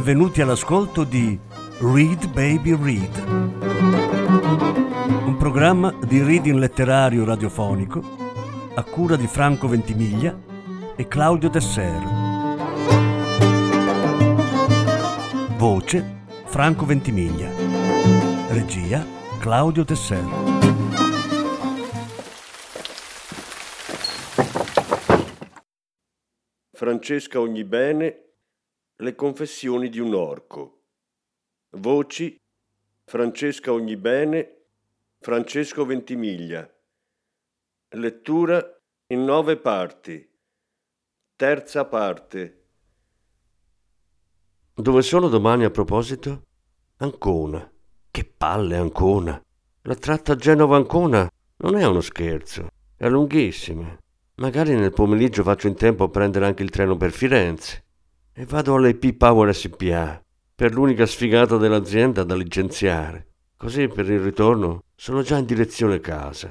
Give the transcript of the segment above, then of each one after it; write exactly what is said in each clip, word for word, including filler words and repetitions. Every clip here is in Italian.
benvenuti all'ascolto di Read Baby Read, un programma di reading letterario radiofonico a cura di Franco Ventimiglia e Claudio Desser. Voce Franco Ventimiglia. Regia Claudio Desser. Francesca Ognibene, Le confessioni di un orco. Voci Francesca Ognibene, Francesco Ventimiglia. Lettura in nove parti. Terza parte. Dove sono domani a proposito? Ancona. Che palle Ancona. La tratta Genova-Ancona non è uno scherzo, è lunghissima. Magari nel pomeriggio faccio in tempo a prendere anche il treno per Firenze. E vado all'A P Power S P A, per l'unica sfigata dell'azienda da licenziare. Così per il ritorno sono già in direzione casa.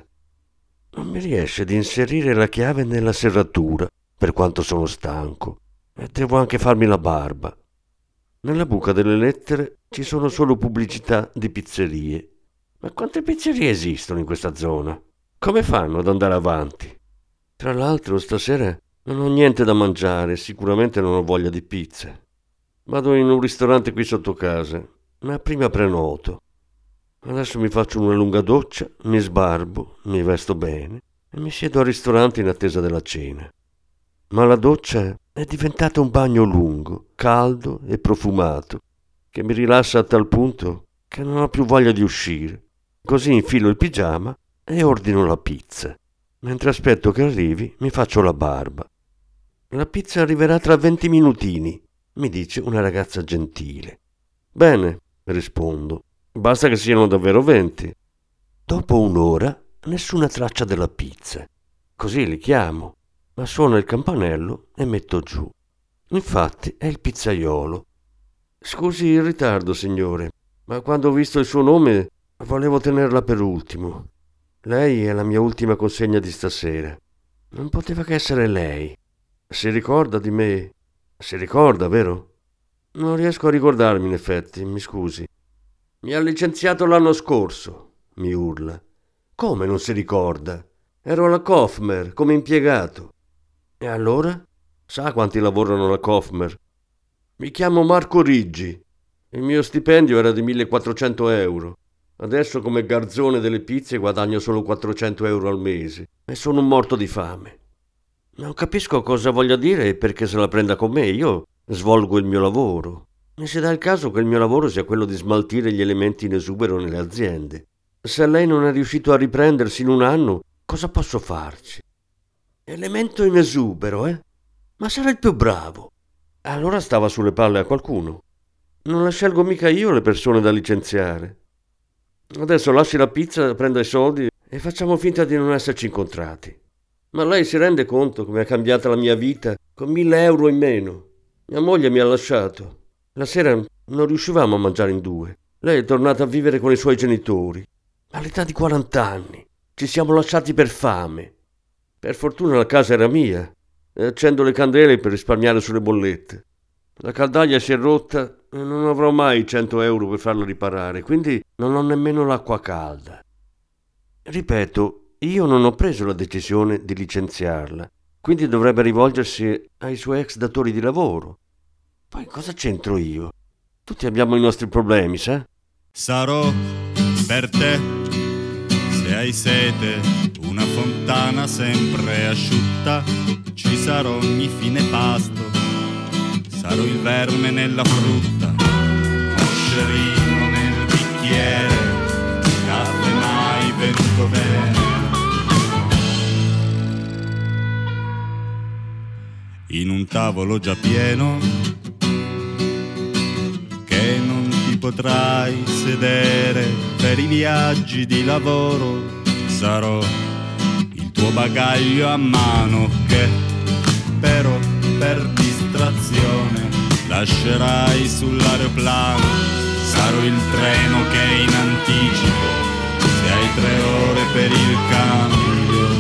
Non mi riesce di inserire la chiave nella serratura, per quanto sono stanco. E devo anche farmi la barba. Nella buca delle lettere ci sono solo pubblicità di pizzerie. Ma quante pizzerie esistono in questa zona? Come fanno ad andare avanti? Tra l'altro stasera non ho niente da mangiare, sicuramente non ho voglia di pizza. Vado in un ristorante qui sotto casa, ma prima prenoto. Adesso mi faccio una lunga doccia, mi sbarbo, mi vesto bene e mi siedo al ristorante in attesa della cena. Ma la doccia è diventata un bagno lungo, caldo e profumato, che mi rilassa a tal punto che non ho più voglia di uscire. Così infilo il pigiama e ordino la pizza. Mentre aspetto che arrivi, mi faccio la barba. La pizza arriverà tra venti minutini, mi dice una ragazza gentile. Bene, rispondo. Basta che siano davvero venti. Dopo un'ora, nessuna traccia della pizza. Così li chiamo, ma suona il campanello e metto giù. Infatti è il pizzaiolo. Scusi il ritardo, signore, ma quando ho visto il suo nome volevo tenerla per ultimo. Lei è la mia ultima consegna di stasera. Non poteva che essere lei. Si ricorda di me? Si ricorda, vero? Non riesco a ricordarmi, in effetti, mi scusi. Mi ha licenziato l'anno scorso, mi urla. Come non si ricorda? Ero alla Kofmer come impiegato. E allora? Sa quanti lavorano alla Kofmer? Mi chiamo Marco Riggi. Il mio stipendio era di millequattrocento euro. Adesso come garzone delle pizze guadagno solo quattrocento euro al mese e sono un morto di fame. Non capisco cosa voglia dire e perché se la prenda con me. Io svolgo il mio lavoro. E se dà il caso che il mio lavoro sia quello di smaltire gli elementi in esubero nelle aziende. Se lei non è riuscito a riprendersi in un anno, cosa posso farci? Elemento in esubero, eh? Ma sarà il più bravo. Allora stava sulle palle a qualcuno. Non la scelgo mica io le persone da licenziare. Adesso lasci la pizza, prenda i soldi e facciamo finta di non esserci incontrati. Ma lei si rende conto come è cambiata la mia vita con mille euro in meno? Mia moglie mi ha lasciato. La sera non riuscivamo a mangiare in due. Lei è tornata a vivere con i suoi genitori. All'età di quaranta anni. Ci siamo lasciati per fame. Per fortuna la casa era mia. E accendo le candele per risparmiare sulle bollette. La caldaia si è rotta e non avrò mai cento euro per farla riparare, quindi non ho nemmeno l'acqua calda. Ripeto, io non ho preso la decisione di licenziarla, quindi dovrebbe rivolgersi ai suoi ex datori di lavoro. Poi cosa c'entro io? Tutti abbiamo i nostri problemi, sa? Sarò per te, se hai sete, una fontana sempre asciutta. Ci sarò ogni fine pasto, sarò il verme nella frutta, moscerino nel bicchiere, caffè mai venuto bene. In un tavolo già pieno, che non ti potrai sedere per i viaggi di lavoro, sarò il tuo bagaglio a mano che però per distrazione lascerai sull'aeroplano. Sarò il treno che è in anticipo, se hai tre ore per il cambio.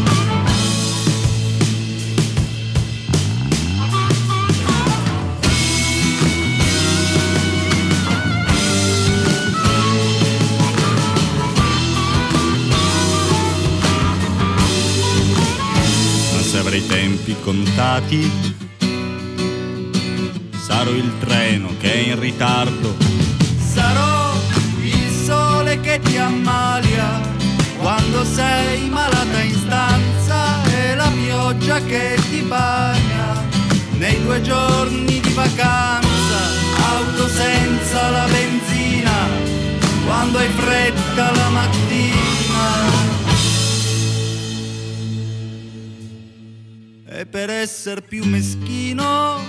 contati. Sarò il treno che è in ritardo. Sarò il sole che ti ammalia quando sei malata in stanza e la pioggia che ti bagna nei due giorni di vacanza. Auto senza la benzina quando hai fretta la mattina. E per essere più meschino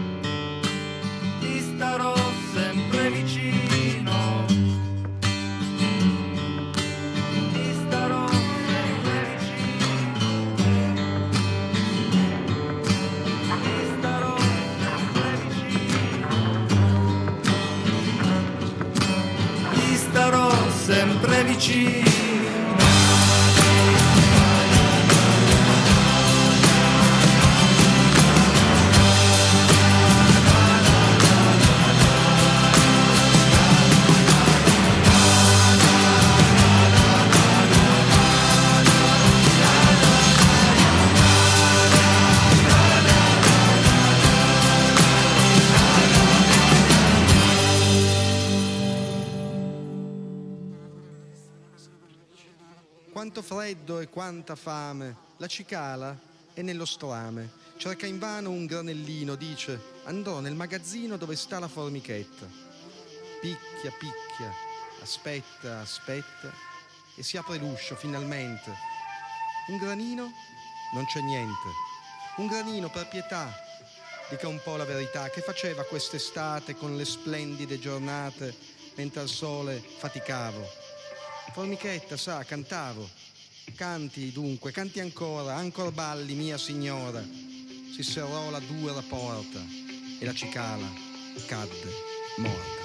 ti starò sempre vicino. Ti starò sempre vicino. Ti starò sempre vicino. Ti starò sempre vicino. Quanto freddo e quanta fame, la cicala è nello strame, cerca invano un granellino, dice andrò nel magazzino dove sta la formichetta. Picchia, picchia, aspetta, aspetta e si apre l'uscio finalmente. Un granino? Non c'è niente. Un granino, per pietà, dica un po' la verità, che faceva quest'estate con le splendide giornate mentre al sole faticavo. Formichetta, sa, cantavo. Canti dunque, canti ancora, ancor balli, mia signora. Si serrò la dura porta e la cicala cadde morta.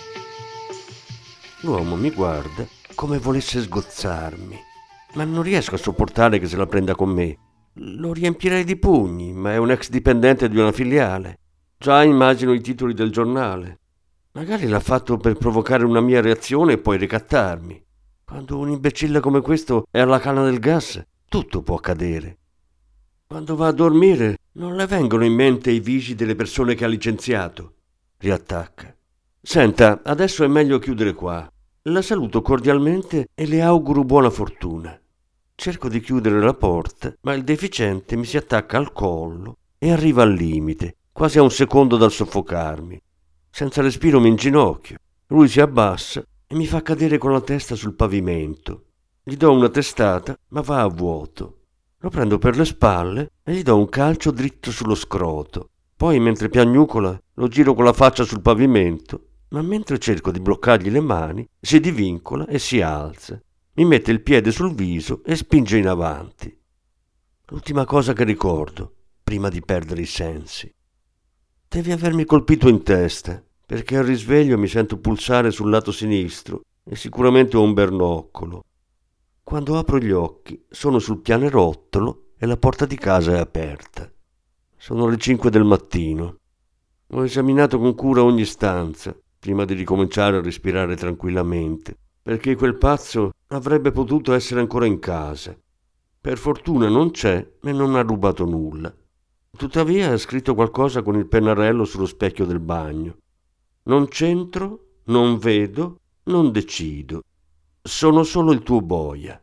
L'uomo mi guarda come volesse sgozzarmi, ma non riesco a sopportare che se la prenda con me. Lo riempirei di pugni, ma è un ex dipendente di una filiale. Già immagino i titoli del giornale. Magari l'ha fatto per provocare una mia reazione e poi ricattarmi. Quando un imbecille come questo è alla canna del gas, tutto può accadere. Quando va a dormire, non le vengono in mente i visi delle persone che ha licenziato. Riattacca. Senta, adesso è meglio chiudere qua. La saluto cordialmente e le auguro buona fortuna. Cerco di chiudere la porta, ma il deficiente mi si attacca al collo e arriva al limite, quasi a un secondo dal soffocarmi. Senza respiro mi inginocchio. Lui si abbassa e mi fa cadere con la testa sul pavimento. Gli do una testata, ma va a vuoto. Lo prendo per le spalle e gli do un calcio dritto sullo scroto. Poi, mentre piagnucola, lo giro con la faccia sul pavimento, ma mentre cerco di bloccargli le mani, si divincola e si alza. Mi mette il piede sul viso e spinge in avanti. L'ultima cosa che ricordo, prima di perdere i sensi. Devi avermi colpito in testa, perché al risveglio mi sento pulsare sul lato sinistro e sicuramente ho un bernoccolo. Quando apro gli occhi sono sul pianerottolo e la porta di casa è aperta. Sono le cinque del mattino. Ho esaminato con cura ogni stanza prima di ricominciare a respirare tranquillamente, perché quel pazzo avrebbe potuto essere ancora in casa. Per fortuna non c'è e non ha rubato nulla. Tuttavia ha scritto qualcosa con il pennarello sullo specchio del bagno. Non c'entro, non vedo, non decido. Sono solo il tuo boia.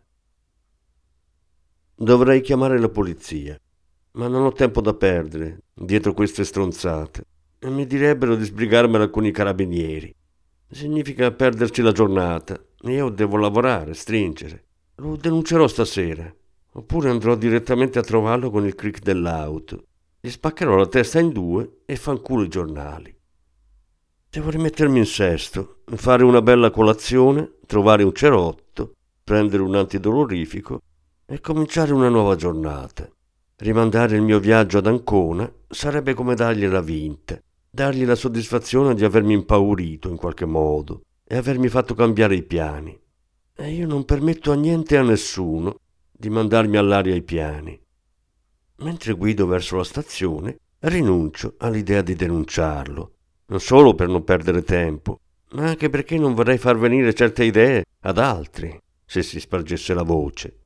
Dovrei chiamare la polizia, ma non ho tempo da perdere dietro queste stronzate e mi direbbero di sbrigarmela con i carabinieri. Significa perderci la giornata e io devo lavorare, stringere. Lo denuncerò stasera, oppure andrò direttamente a trovarlo con il crick dell'auto. Gli spaccherò la testa in due e fanculo i giornali. Devo rimettermi in sesto, fare una bella colazione, trovare un cerotto, prendere un antidolorifico e cominciare una nuova giornata. Rimandare il mio viaggio ad Ancona sarebbe come dargliela vinta, dargli la soddisfazione di avermi impaurito in qualche modo e avermi fatto cambiare i piani. E io non permetto a niente e a nessuno di mandarmi all'aria i piani. Mentre guido verso la stazione, rinuncio all'idea di denunciarlo. Non solo per non perdere tempo, ma anche perché non vorrei far venire certe idee ad altri, se si spargesse la voce.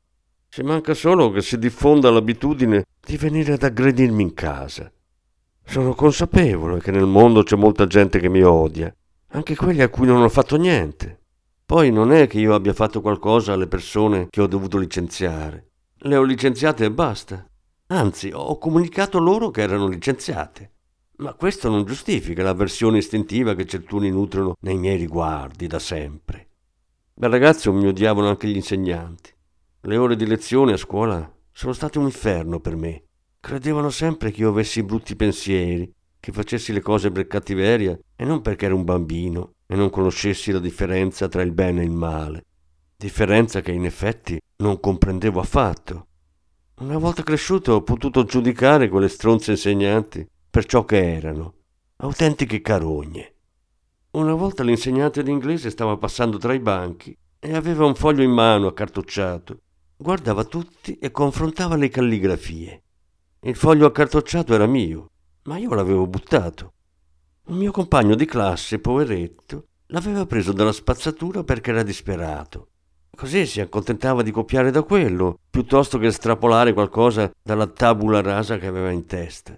Ci manca solo che si diffonda l'abitudine di venire ad aggredirmi in casa. Sono consapevole che nel mondo c'è molta gente che mi odia, anche quelli a cui non ho fatto niente. Poi non è che io abbia fatto qualcosa alle persone che ho dovuto licenziare. Le ho licenziate e basta. Anzi, ho comunicato loro che erano licenziate. Ma questo non giustifica l'avversione istintiva che certuni nutrono nei miei riguardi da sempre. Da ragazzo mi odiavano anche gli insegnanti. Le ore di lezione a scuola sono state un inferno per me. Credevano sempre che io avessi brutti pensieri, che facessi le cose per cattiveria e non perché ero un bambino e non conoscessi la differenza tra il bene e il male. Differenza che in effetti non comprendevo affatto. Una volta cresciuto ho potuto giudicare quelle stronze insegnanti per ciò che erano, autentiche carogne. Una volta l'insegnante d'inglese stava passando tra i banchi e aveva un foglio in mano accartocciato. Guardava tutti e confrontava le calligrafie. Il foglio accartocciato era mio, ma io l'avevo buttato. Un mio compagno di classe, poveretto, l'aveva preso dalla spazzatura perché era disperato. Così si accontentava di copiare da quello, piuttosto che estrapolare qualcosa dalla tabula rasa che aveva in testa.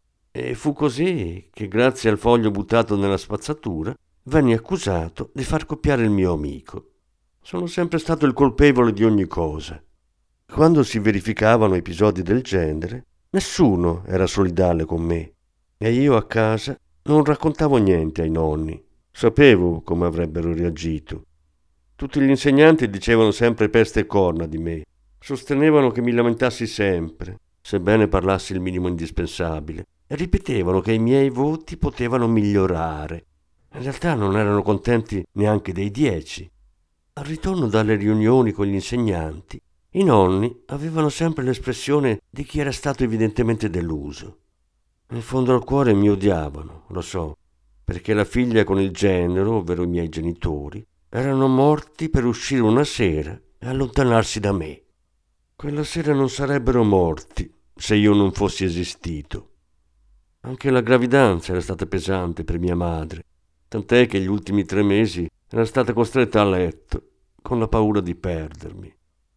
E fu così che, grazie al foglio buttato nella spazzatura, venni accusato di far copiare il mio amico. Sono sempre stato il colpevole di ogni cosa. Quando si verificavano episodi del genere, nessuno era solidale con me e io a casa non raccontavo niente ai nonni. Sapevo come avrebbero reagito. Tutti gli insegnanti dicevano sempre peste e corna di me. Sostenevano che mi lamentassi sempre, sebbene parlassi il minimo indispensabile, e ripetevano che i miei voti potevano migliorare. In realtà non erano contenti neanche dei dieci. Al ritorno dalle riunioni con gli insegnanti, i nonni avevano sempre l'espressione di chi era stato evidentemente deluso. In fondo al cuore mi odiavano, lo so, perché la figlia con il genero, ovvero i miei genitori, erano morti per uscire una sera e allontanarsi da me. Quella sera non sarebbero morti se io non fossi esistito. Anche la gravidanza era stata pesante per mia madre, tant'è che gli ultimi tre mesi era stata costretta a letto, con la paura di perdermi.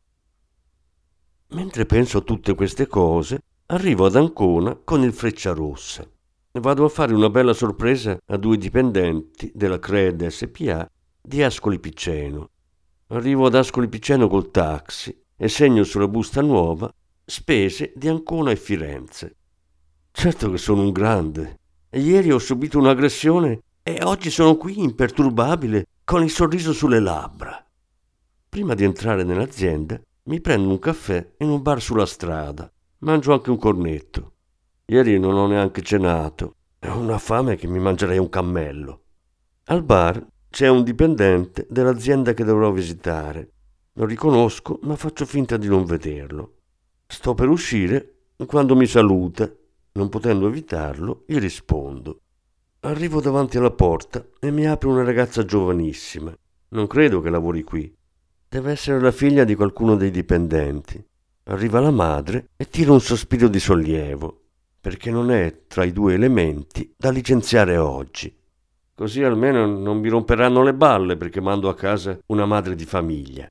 Mentre penso a tutte queste cose, arrivo ad Ancona con il Frecciarossa e vado a fare una bella sorpresa a due dipendenti della Cred S P A di Ascoli Piceno. Arrivo ad Ascoli Piceno col taxi e segno sulla busta nuova spese di Ancona e Firenze. Certo che sono un grande. Ieri ho subito un'aggressione e oggi sono qui imperturbabile con il sorriso sulle labbra. Prima di entrare nell'azienda mi prendo un caffè in un bar sulla strada. Mangio anche un cornetto. Ieri non ho neanche cenato. Ho una fame che mi mangerei un cammello. Al bar c'è un dipendente dell'azienda che dovrò visitare. Lo riconosco, ma faccio finta di non vederlo. Sto per uscire quando mi saluta. Non potendo evitarlo, gli rispondo. Arrivo davanti alla porta e mi apre una ragazza giovanissima. Non credo che lavori qui. Deve essere la figlia di qualcuno dei dipendenti. Arriva la madre e tira un sospiro di sollievo, perché non è tra i due elementi da licenziare oggi. Così almeno non mi romperanno le balle perché mando a casa una madre di famiglia.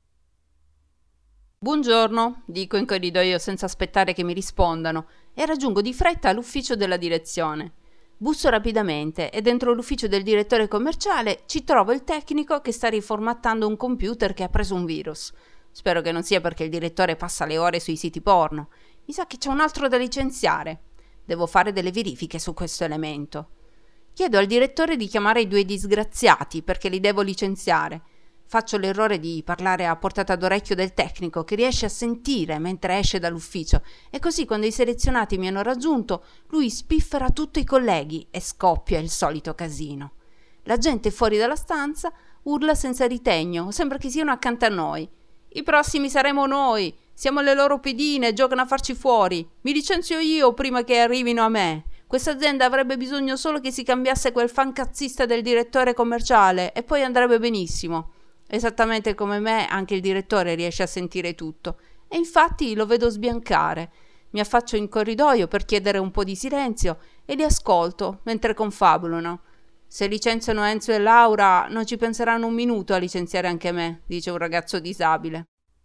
Buongiorno, dico in corridoio senza aspettare che mi rispondano e raggiungo di fretta l'ufficio della direzione. Busso rapidamente e dentro l'ufficio del direttore commerciale ci trovo il tecnico che sta riformattando un computer che ha preso un virus. Spero che non sia perché il direttore passa le ore sui siti porno. Mi sa che c'è un altro da licenziare. Devo fare delle verifiche su questo elemento. Chiedo al direttore di chiamare i due disgraziati perché li devo licenziare. Faccio l'errore di parlare a portata d'orecchio del tecnico che riesce a sentire mentre esce dall'ufficio e così quando i selezionati mi hanno raggiunto lui spiffera tutti i colleghi e scoppia il solito casino. La gente fuori dalla stanza urla senza ritegno, sembra che siano accanto a noi. I prossimi saremo noi, siamo le loro pedine, giocano a farci fuori. Mi licenzio io prima che arrivino a me. Questa azienda avrebbe bisogno solo che si cambiasse quel fancazzista del direttore commerciale e poi andrebbe benissimo. Esattamente come me, anche il direttore riesce a sentire tutto. E infatti lo vedo sbiancare. Mi affaccio in corridoio per chiedere un po' di silenzio e li ascolto mentre confabulano. Se licenziano Enzo e Laura non ci penseranno un minuto a licenziare anche me, dice un ragazzo disabile.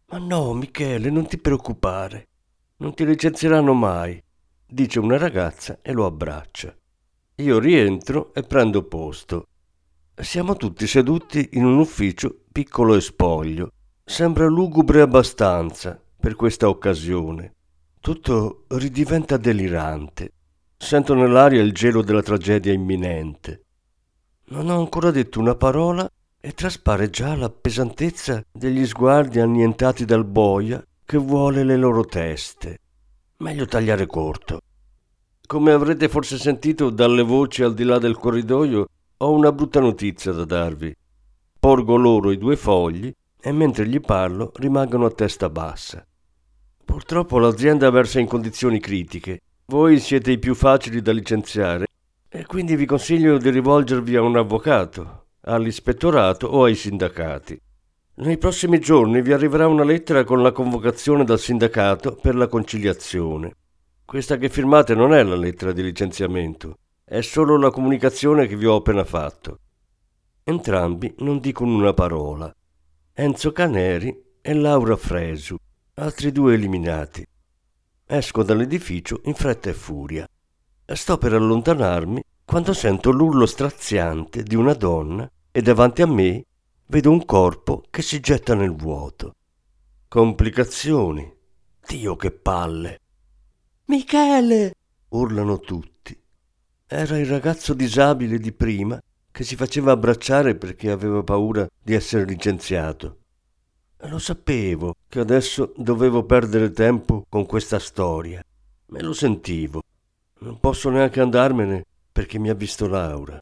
Ma no, Michele, non ti preoccupare. Non ti licenzieranno mai, dice una ragazza e lo abbraccia. Io rientro e prendo posto. Siamo tutti seduti in un ufficio piccolo e spoglio. Sembra lugubre abbastanza per questa occasione. Tutto ridiventa delirante. Sento nell'aria il gelo della tragedia imminente. Non ho ancora detto una parola e traspare già la pesantezza degli sguardi annientati dal boia che vuole le loro teste. Meglio tagliare corto. Come avrete forse sentito dalle voci al di là del corridoio, ho una brutta notizia da darvi. Porgo loro i due fogli e mentre gli parlo rimangono a testa bassa. Purtroppo l'azienda versa in condizioni critiche. Voi siete i più facili da licenziare e quindi vi consiglio di rivolgervi a un avvocato, all'ispettorato o ai sindacati. Nei prossimi giorni vi arriverà una lettera con la convocazione dal sindacato per la conciliazione. Questa che firmate non è la lettera di licenziamento, è solo la comunicazione che vi ho appena fatto. Entrambi non dicono una parola. Enzo Caneri e Laura Fresu, altri due eliminati. Esco dall'edificio in fretta e furia. Sto per allontanarmi quando sento l'urlo straziante di una donna e davanti a me vedo un corpo che si getta nel vuoto. Complicazioni. Dio che palle. Michele! Urlano tutti. Era il ragazzo disabile di prima che si faceva abbracciare perché aveva paura di essere licenziato. Lo sapevo che adesso dovevo perdere tempo con questa storia. Me lo sentivo. Non posso neanche andarmene perché mi ha visto Laura.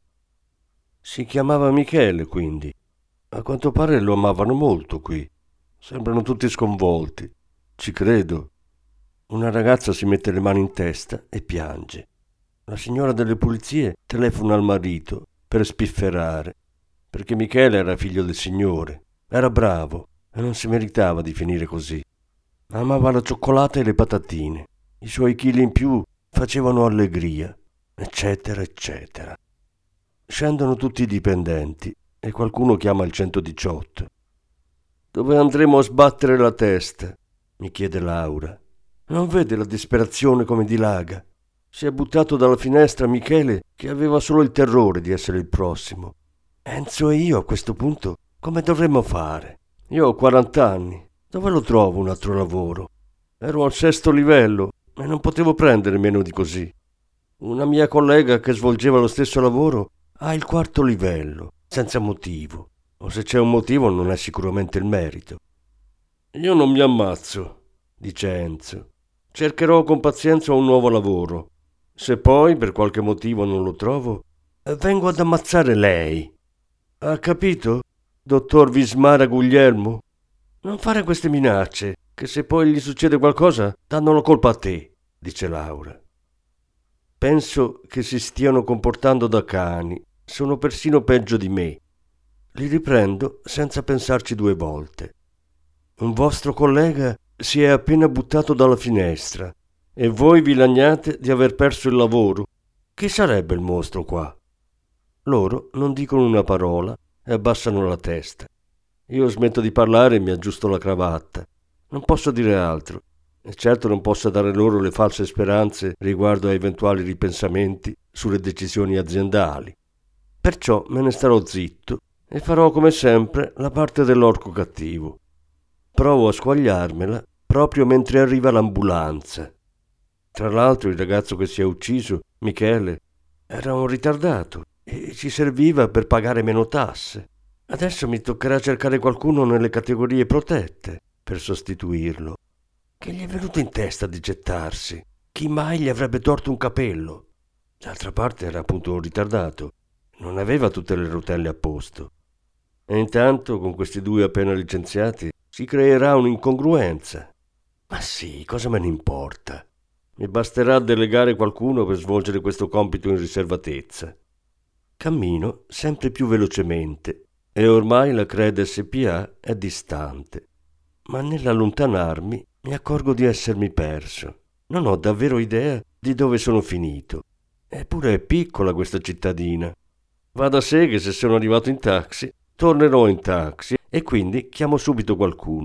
Si chiamava Michele, quindi. A quanto pare lo amavano molto qui. Sembrano tutti sconvolti. Ci credo. Una ragazza si mette le mani in testa e piange. La signora delle pulizie telefona al marito per spifferare, perché Michele era figlio del Signore. Era bravo e non si meritava di finire così. Amava la cioccolata e le patatine. I suoi chili in più facevano allegria, eccetera, eccetera. Scendono tutti i dipendenti e qualcuno chiama il centodiciotto. Dove andremo a sbattere la testa? Mi chiede Laura. Non vede la disperazione come dilaga? Si è buttato dalla finestra Michele, che aveva solo il terrore di essere il prossimo. Enzo e io a questo punto come dovremmo fare? Io ho quaranta anni. Dove lo trovo un altro lavoro? Ero al sesto livello e non potevo prendere meno di così. Una mia collega che svolgeva lo stesso lavoro ha il quarto livello, senza motivo. O se c'è un motivo non è sicuramente il merito. Io non mi ammazzo, dice Enzo. Cercherò con pazienza un nuovo lavoro. Se poi per qualche motivo non lo trovo, vengo ad ammazzare lei. Ha capito, dottor Vismara Guglielmo? Non fare queste minacce, che se poi gli succede qualcosa danno la colpa a te, dice Laura. Penso che si stiano comportando da cani, sono persino peggio di me. Li riprendo senza pensarci due volte. Un vostro collega si è appena buttato dalla finestra e voi vi lagnate di aver perso il lavoro. Chi sarebbe il mostro qua? Loro non dicono una parola e abbassano la testa. Io smetto di parlare e mi aggiusto la cravatta. Non posso dire altro e certo non posso dare loro le false speranze riguardo a eventuali ripensamenti sulle decisioni aziendali. Perciò me ne starò zitto e farò come sempre la parte dell'orco cattivo. Provo a squagliarmela proprio mentre arriva l'ambulanza. Tra l'altro il ragazzo che si è ucciso, Michele, era un ritardato e ci serviva per pagare meno tasse. Adesso mi toccherà cercare qualcuno nelle categorie protette per sostituirlo. Che gli è venuto in testa di gettarsi? Chi mai gli avrebbe torto un capello? D'altra parte era appunto un ritardato, non aveva tutte le rotelle a posto. E intanto con questi due appena licenziati si creerà un'incongruenza. Ma sì, cosa me ne importa? Mi basterà delegare qualcuno per svolgere questo compito in riservatezza. Cammino sempre più velocemente e ormai la Cred S P A è distante. Ma nell'allontanarmi mi accorgo di essermi perso. Non ho davvero idea di dove sono finito. Eppure è piccola questa cittadina. Va da sé che se sono arrivato in taxi, tornerò in taxi e quindi chiamo subito qualcuno.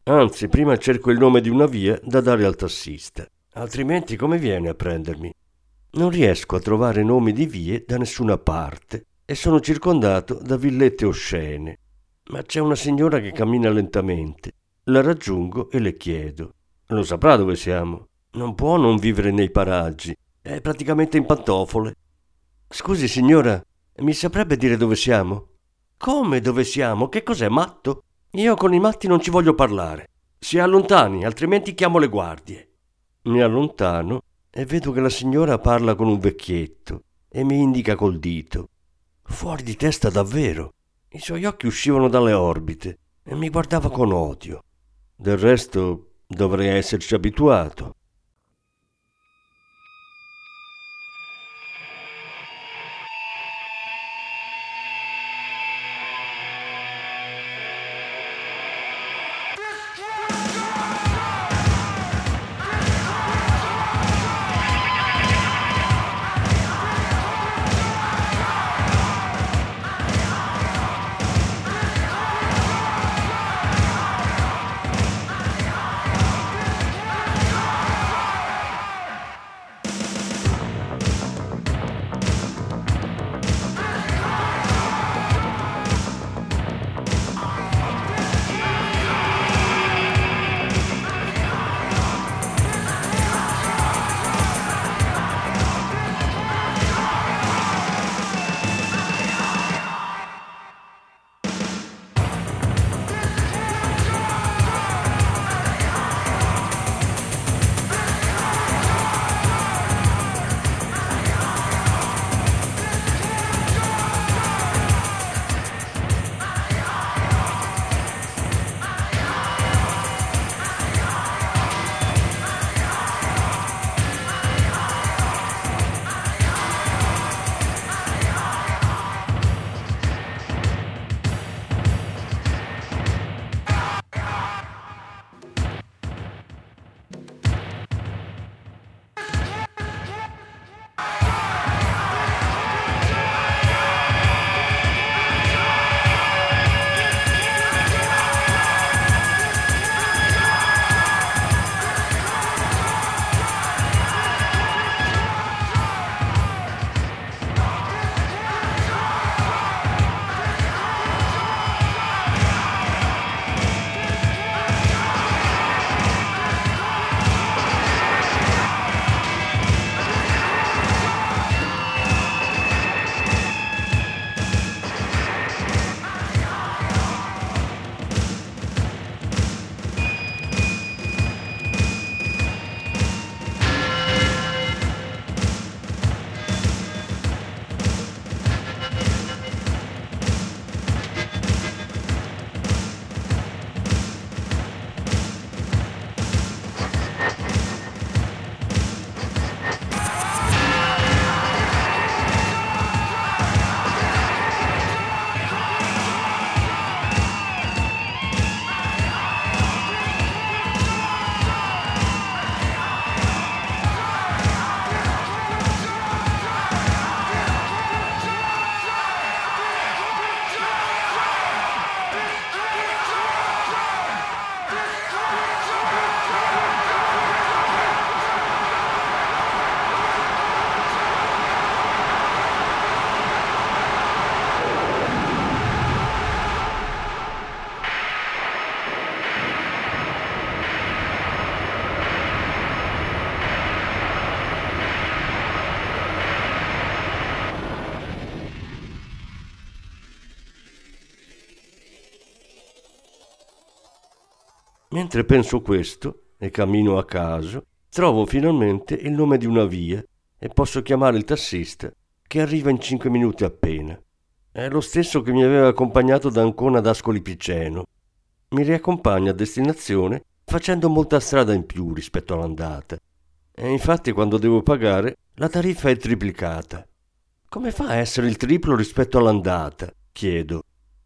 Anzi, prima cerco il nome di una via da dare al tassista. Altrimenti come viene a prendermi? Non riesco a trovare nomi di vie da nessuna parte e sono circondato da villette oscene. Ma c'è una signora che cammina lentamente. La raggiungo e le chiedo. Lo saprà dove siamo. Non può non vivere nei paraggi. È praticamente in pantofole. Scusi signora, mi saprebbe dire dove siamo? Come dove siamo? Che cos'è, matto? Io con i matti non ci voglio parlare. Si allontani, altrimenti chiamo le guardie. Mi allontano e vedo che la signora parla con un vecchietto e mi indica col dito. Fuori di testa davvero. I suoi occhi uscivano dalle orbite e mi guardava con odio. Del resto dovrei esserci abituato. Mentre penso questo e cammino a caso, trovo finalmente il nome di una via e posso chiamare il tassista che arriva in cinque minuti appena. È lo stesso che mi aveva accompagnato da Ancona ad Ascoli Piceno. Mi riaccompagna a destinazione facendo molta strada in più rispetto all'andata. E infatti quando devo pagare la tariffa è triplicata. Come fa a essere il triplo rispetto all'andata? Chiedo.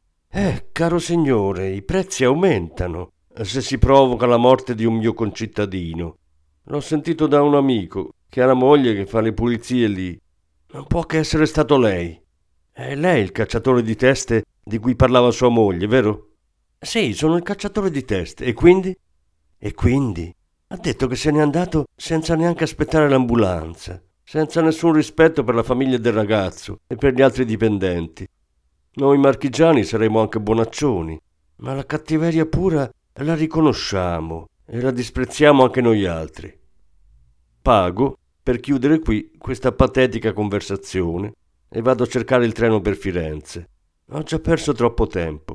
Eh, caro signore, i prezzi aumentano se si provoca la morte di un mio concittadino. L'ho sentito da un amico che ha la moglie che fa le pulizie lì. Non può che essere stato lei. È lei il cacciatore di teste di cui parlava sua moglie, vero? Sì, sono il cacciatore di teste. E quindi? E quindi? Ha detto che se n'è andato senza neanche aspettare l'ambulanza, senza nessun rispetto per la famiglia del ragazzo e per gli altri dipendenti. Noi marchigiani saremo anche bonaccioni, ma la cattiveria pura la riconosciamo e la disprezziamo anche noi altri. Pago per chiudere qui questa patetica conversazione e vado a cercare il treno per Firenze. Ho già perso troppo tempo.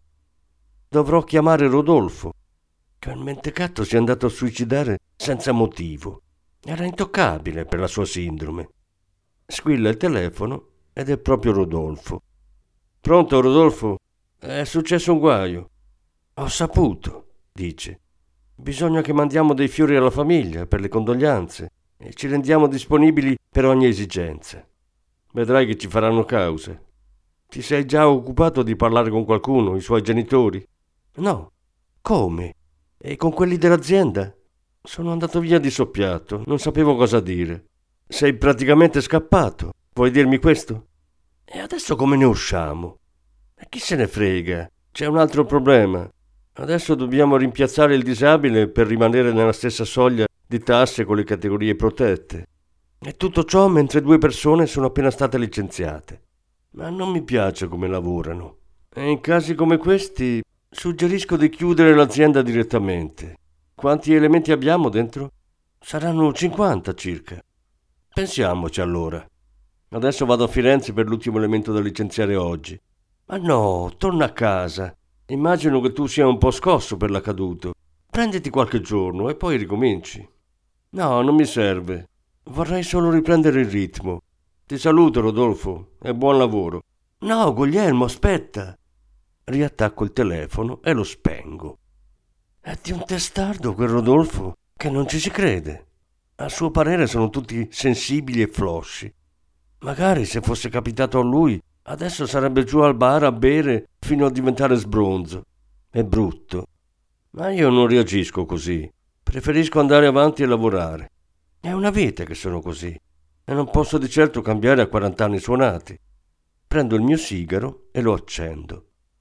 Dovrò chiamare Rodolfo. Quel mentecatto si è andato a suicidare senza motivo. Era intoccabile per la sua sindrome. Squilla il telefono ed è proprio Rodolfo. Pronto, Rodolfo? È successo un guaio. Ho saputo, dice. Bisogna che mandiamo dei fiori alla famiglia per le condoglianze e ci rendiamo disponibili per ogni esigenza. Vedrai che ci faranno causa. Ti sei già occupato di parlare con qualcuno, i suoi genitori? No. Come? E con quelli dell'azienda? Sono andato via di soppiatto, non sapevo cosa dire. Sei praticamente scappato, vuoi dirmi questo? E adesso come ne usciamo? E chi se ne frega? C'è un altro problema. Adesso dobbiamo rimpiazzare il disabile per rimanere nella stessa soglia di tasse con le categorie protette. E tutto ciò mentre due persone sono appena state licenziate. Ma non mi piace come lavorano. E in casi come questi suggerisco di chiudere l'azienda direttamente. Quanti elementi abbiamo dentro? Saranno cinquanta circa. Pensiamoci allora. Adesso vado a Firenze per l'ultimo elemento da licenziare oggi. Ma no, torna a casa. Immagino che tu sia un po' scosso per l'accaduto. Prenditi qualche giorno e poi ricominci. No, non mi serve. Vorrei solo riprendere il ritmo. Ti saluto, Rodolfo, e buon lavoro. No, Guglielmo, aspetta. Riattacco il telefono e lo spengo. È di un testardo quel Rodolfo che non ci si crede. A suo parere sono tutti sensibili e flosci. Magari se fosse capitato a lui, adesso sarebbe giù al bar a bere fino a diventare sbronzo. È brutto. Ma io non reagisco così. Preferisco andare avanti e lavorare. È una vita che sono così. E non posso di certo cambiare a quarant'anni suonati. Prendo il mio sigaro e lo accendo.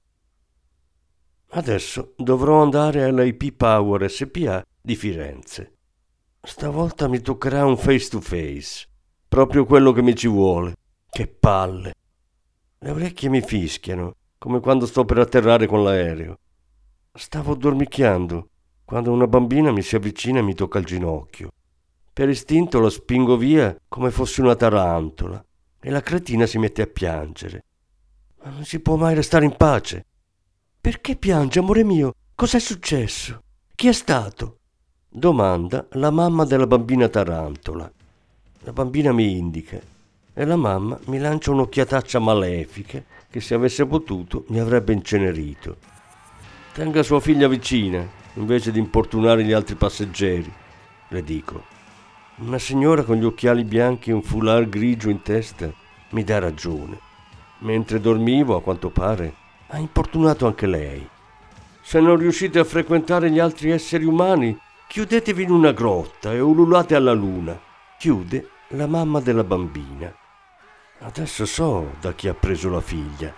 Adesso dovrò andare all'A P Power S P A di Firenze. Stavolta mi toccherà un face to face. Proprio quello che mi ci vuole. Che palle. Le orecchie mi fischiano, come quando sto per atterrare con l'aereo. Stavo dormicchiando, quando una bambina mi si avvicina e mi tocca il ginocchio. Per istinto la spingo via come fosse una tarantola e la cretina si mette a piangere. Ma non si può mai restare in pace. Perché piange, amore mio? Cos'è successo? Chi è stato? Domanda la mamma della bambina tarantola. La bambina mi indica e la mamma mi lancia un'occhiataccia malefica che se avesse potuto mi avrebbe incenerito. Tenga sua figlia vicina invece di importunare gli altri passeggeri, le dico. Una signora con gli occhiali bianchi e un foulard grigio in testa mi dà ragione. Mentre dormivo, a quanto pare, ha importunato anche lei. Se non riuscite a frequentare gli altri esseri umani, chiudetevi in una grotta e ululate alla luna. Chiude la mamma della bambina. Adesso so da chi ha preso la figlia.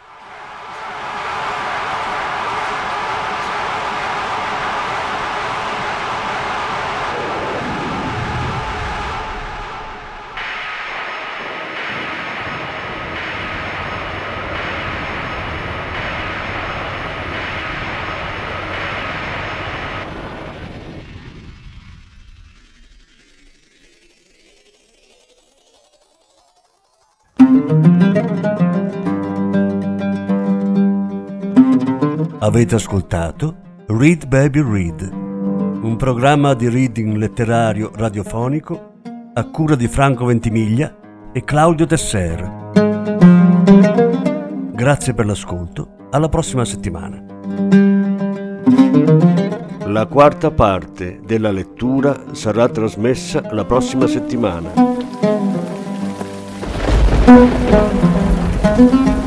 Avete ascoltato Read Baby Read, un programma di reading letterario radiofonico a cura di Franco Ventimiglia e Claudio Tesser. Grazie per l'ascolto, alla prossima settimana. La quarta parte della lettura sarà trasmessa la prossima settimana.